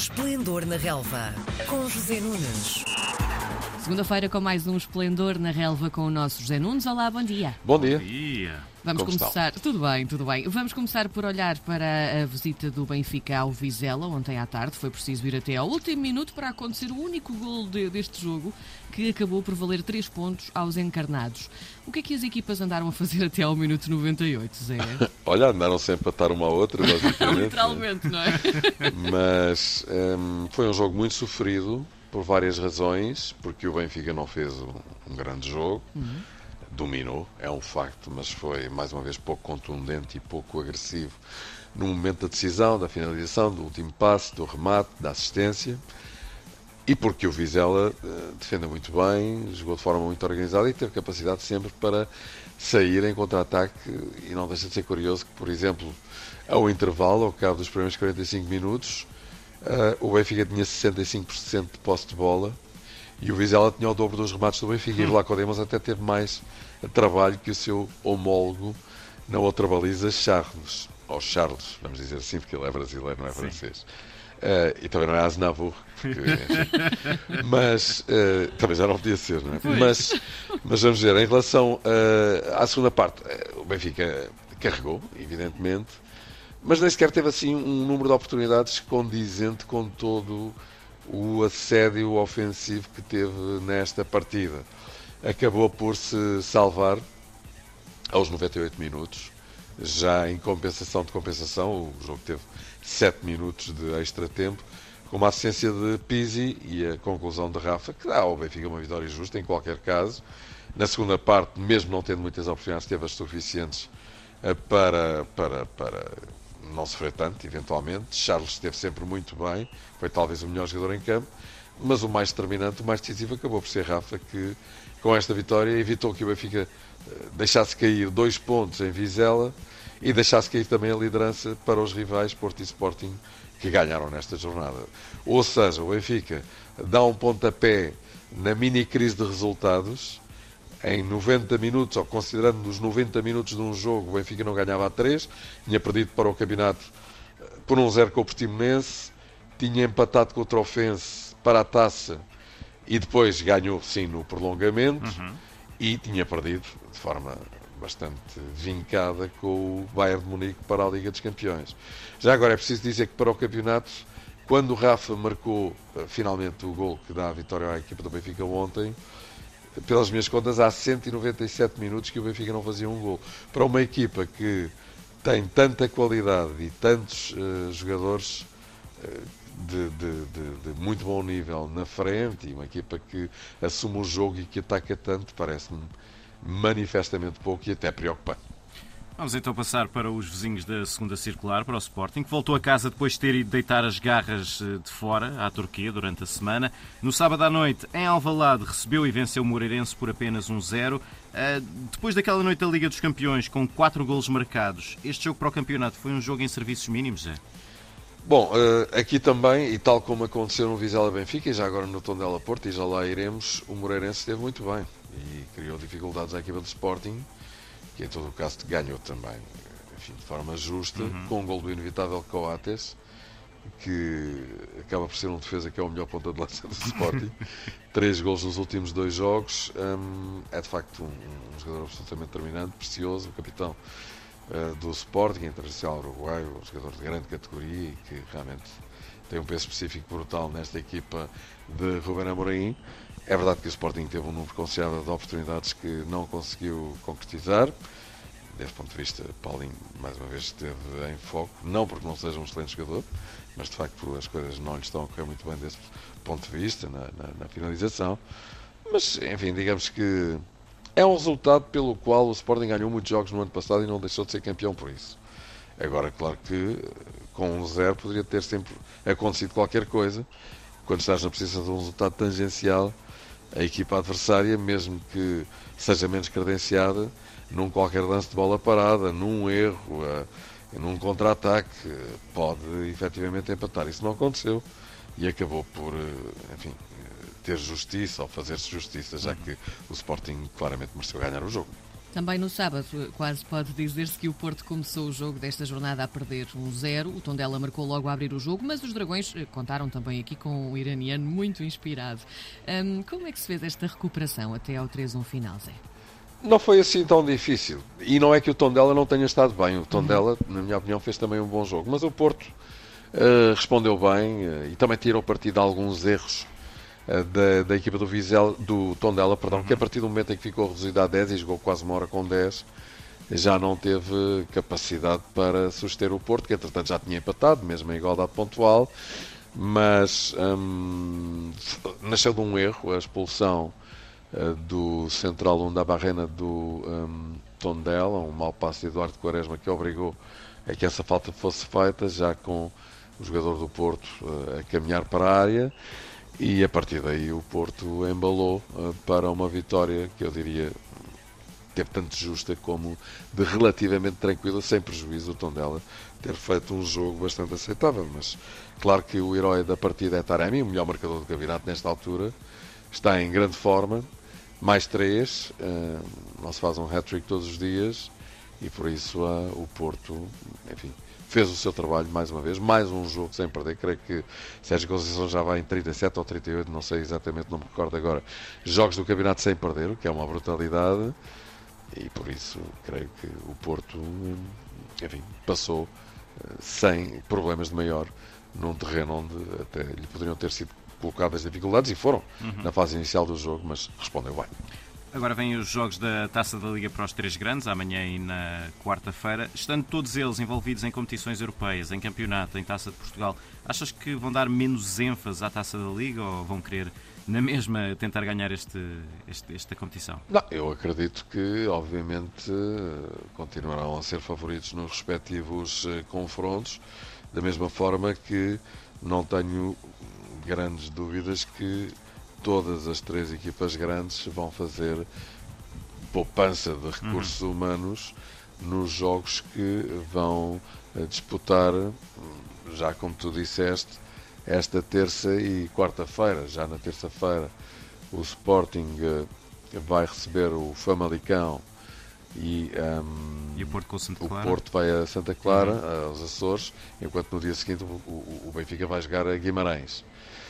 Esplendor na Relva, com José Nunes. Segunda-feira com mais um Esplendor na Relva com o nosso José Nunes. Olá, bom dia. Bom dia. Vamos Como começar. estão? Tudo bem, tudo bem. Vamos começar por olhar para a visita do Benfica ao Vizela ontem à tarde. Foi preciso ir até ao último minuto para acontecer o único golo deste jogo, que acabou por valer 3 pontos aos encarnados. O que é que as equipas andaram a fazer até ao minuto 98, Zé? Olha, andaram sem empatar uma à outra, basicamente. Literalmente, não é? Mas foi um jogo muito sofrido, por várias razões, porque o Benfica não fez um grande jogo. Dominou, é um facto, mas foi, mais uma vez, pouco contundente e pouco agressivo no momento da decisão, da finalização, do último passe, do remate, da assistência. E porque o Vizela defende muito bem, jogou de forma muito organizada e teve capacidade sempre para sair em contra-ataque. E não deixa de ser curioso que, por exemplo, ao intervalo, ao cabo dos primeiros 45 minutos, o Benfica tinha 65% de posse de bola e o Vizela tinha o dobro dos remates do Benfica. E o Vlaco Dimos até teve mais trabalho que o seu homólogo na outra baliza, Charles, ou Charles, vamos dizer assim, porque ele é brasileiro, não é francês. E também não é Aznavour, mas também já não podia ser, não é? Mas vamos ver, em relação à segunda parte, o Benfica carregou, evidentemente, mas nem sequer teve assim um número de oportunidades condizente com todo o assédio ofensivo que teve nesta partida. Acabou por se salvar aos 98 minutos, já em compensação de compensação. O jogo teve 7 minutos de extra tempo, com uma assistência de Pizzi e a conclusão de Rafa, que dá ao Benfica uma vitória justa em qualquer caso. Na segunda parte, mesmo não tendo muitas oportunidades, teve as suficientes para não sofrer tanto, eventualmente. Charles esteve sempre muito bem, foi talvez o melhor jogador em campo, mas o mais determinante, o mais decisivo, acabou por ser Rafa, que com esta vitória evitou que o Benfica deixasse cair 2 pontos em Vizela e deixasse cair também a liderança para os rivais Porto e Sporting, que ganharam nesta jornada. Ou seja, o Benfica dá um pontapé na mini crise de resultados. Em 90 minutos, ou considerando os 90 minutos de um jogo, o Benfica não ganhava a 3, tinha perdido para o campeonato por 1-0 com o Portimonense, tinha empatado com o Trofense para a taça e depois ganhou, sim, no prolongamento, e tinha perdido de forma bastante vincada com o Bayern de Munique para a Liga dos Campeões. Já agora é preciso dizer que para o campeonato, quando o Rafa marcou finalmente o gol que dá a vitória à equipa do Benfica ontem, pelas minhas contas, há 197 minutos que o Benfica não fazia um gol. Para uma equipa que tem tanta qualidade e tantos jogadores de muito bom nível na frente, e uma equipa que assume o jogo e que ataca tanto, parece-me manifestamente pouco e até preocupante. Vamos então passar para os vizinhos da segunda circular, para o Sporting, que voltou a casa depois de ter ido deitar as garras de fora à Turquia durante a semana. No sábado à noite, em Alvalade, recebeu e venceu o Moreirense por apenas 1-0. Depois daquela noite da Liga dos Campeões, com 4 golos marcados, este jogo para o campeonato foi um jogo em serviços mínimos, Zé? Bom, aqui também, e tal como aconteceu no Vizela Benfica, e já agora no Tondela Porto, e já lá iremos, o Moreirense esteve muito bem e criou dificuldades à equipa do Sporting, que em todo o caso ganhou também, enfim, de forma justa, com um gol do inevitável Coates, que acaba por ser um defesa que é o melhor ponta de lança do Sporting. 3 golos nos últimos 2 jogos. É de facto um jogador absolutamente determinante, precioso, o capitão do Sporting, internacional uruguaio, um jogador de grande categoria e que realmente tem um peso específico brutal nesta equipa de Ruben Amorim. É verdade que o Sporting teve um número considerável de oportunidades que não conseguiu concretizar. Desse ponto de vista, Paulinho, mais uma vez, esteve em foco. Não porque não seja um excelente jogador, mas de facto as coisas não lhe estão a correr muito bem desse ponto de vista, na finalização. Mas, enfim, digamos que é um resultado pelo qual o Sporting ganhou muitos jogos no ano passado e não deixou de ser campeão por isso. Agora, claro que com 1-0 poderia ter sempre acontecido qualquer coisa. Quando estás na presença de um resultado tangencial, a equipa adversária, mesmo que seja menos credenciada, num qualquer lance de bola parada, num erro, num contra-ataque, pode efetivamente empatar. Isso não aconteceu e acabou por, enfim, ter justiça ou fazer-se justiça, já que o Sporting claramente mereceu ganhar o jogo. Também no sábado, quase pode dizer-se que o Porto começou o jogo desta jornada a perder 1-0. O Tondela marcou logo a abrir o jogo, mas os Dragões contaram também aqui com um iraniano muito inspirado. Como é que se fez esta recuperação até ao 3-1 final, Zé? Não foi assim tão difícil. E não é que o Tondela não tenha estado bem. O Tondela, na minha opinião, fez também um bom jogo. Mas o Porto respondeu bem e também tirou partido de alguns erros da equipa do Tondela, que a partir do momento em que ficou reduzido a 10 e jogou quase uma hora com 10, já não teve capacidade para suster o Porto, que entretanto já tinha empatado, mesmo em igualdade pontual, mas nasceu de um erro, a expulsão do central da Barrena do Tondela, um mau passe de Eduardo Quaresma que obrigou a que essa falta fosse feita, já com o jogador do Porto a caminhar para a área. E a partir daí o Porto embalou para uma vitória que eu diria teve tanto justa como de relativamente tranquila, sem prejuízo o Tondela ter feito um jogo bastante aceitável. Mas claro que o herói da partida é Taremi, o melhor marcador do campeonato nesta altura, está em grande forma, mais 3, não se faz um hat-trick todos os dias e por isso o Porto, enfim, fez o seu trabalho mais uma vez, mais um jogo sem perder. Creio que Sérgio Conceição já vai em 37 ou 38, não sei exatamente, não me recordo agora, jogos do campeonato sem perder, o que é uma brutalidade, e por isso creio que o Porto, enfim, passou sem problemas de maior num terreno onde até lhe poderiam ter sido colocadas dificuldades, e foram na fase inicial do jogo, mas respondeu bem. Agora vêm os jogos da Taça da Liga para os 3 grandes, amanhã e na quarta-feira. Estando todos eles envolvidos em competições europeias, em campeonato, em Taça de Portugal, achas que vão dar menos ênfase à Taça da Liga ou vão querer, na mesma, tentar ganhar esta competição? Não, eu acredito que, obviamente, continuarão a ser favoritos nos respectivos confrontos, da mesma forma que não tenho grandes dúvidas que todas as 3 equipas grandes vão fazer poupança de recursos humanos nos jogos que vão disputar, já como tu disseste, esta terça e quarta-feira. Já na terça-feira o Sporting vai receber o Famalicão e o Porto com Santa Clara. O Porto vai a Santa Clara, aos Açores, enquanto no dia seguinte o Benfica vai jogar a Guimarães.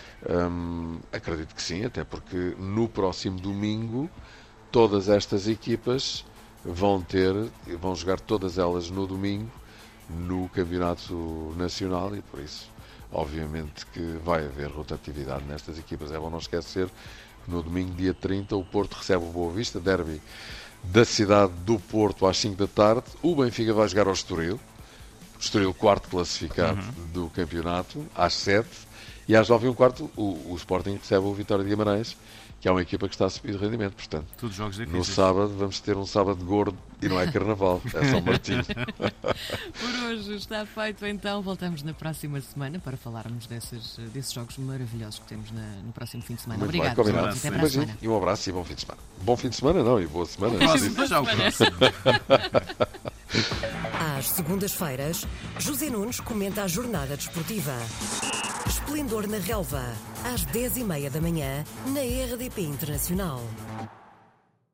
Acredito que sim, até porque no próximo domingo todas estas equipas vão jogar todas elas no domingo no Campeonato Nacional e por isso obviamente que vai haver rotatividade nestas equipas. É bom não esquecer que no domingo, dia 30, o Porto recebe o Boa Vista, derby da cidade do Porto, às 5 da tarde. O Benfica vai jogar ao Estoril, quarto classificado do campeonato, às 7. E às 9h15 o Sporting recebe o Vitória de Guimarães, que é uma equipa que está a subir de rendimento. Portanto, todos jogos difíceis. No sábado vamos ter um sábado gordo e não é carnaval, é São Martinho. Por hoje está feito, então voltamos na próxima semana para falarmos desses jogos maravilhosos que temos no próximo fim de semana. Muito Obrigado. bem, combinado. Até para a semana. E um abraço e bom fim de semana. Bom fim de semana não, e boa semana. Já o próximo. Às segundas-feiras, José Nunes comenta a jornada desportiva. Esplendor na Relva, às 10h30 da manhã, na RDP Internacional.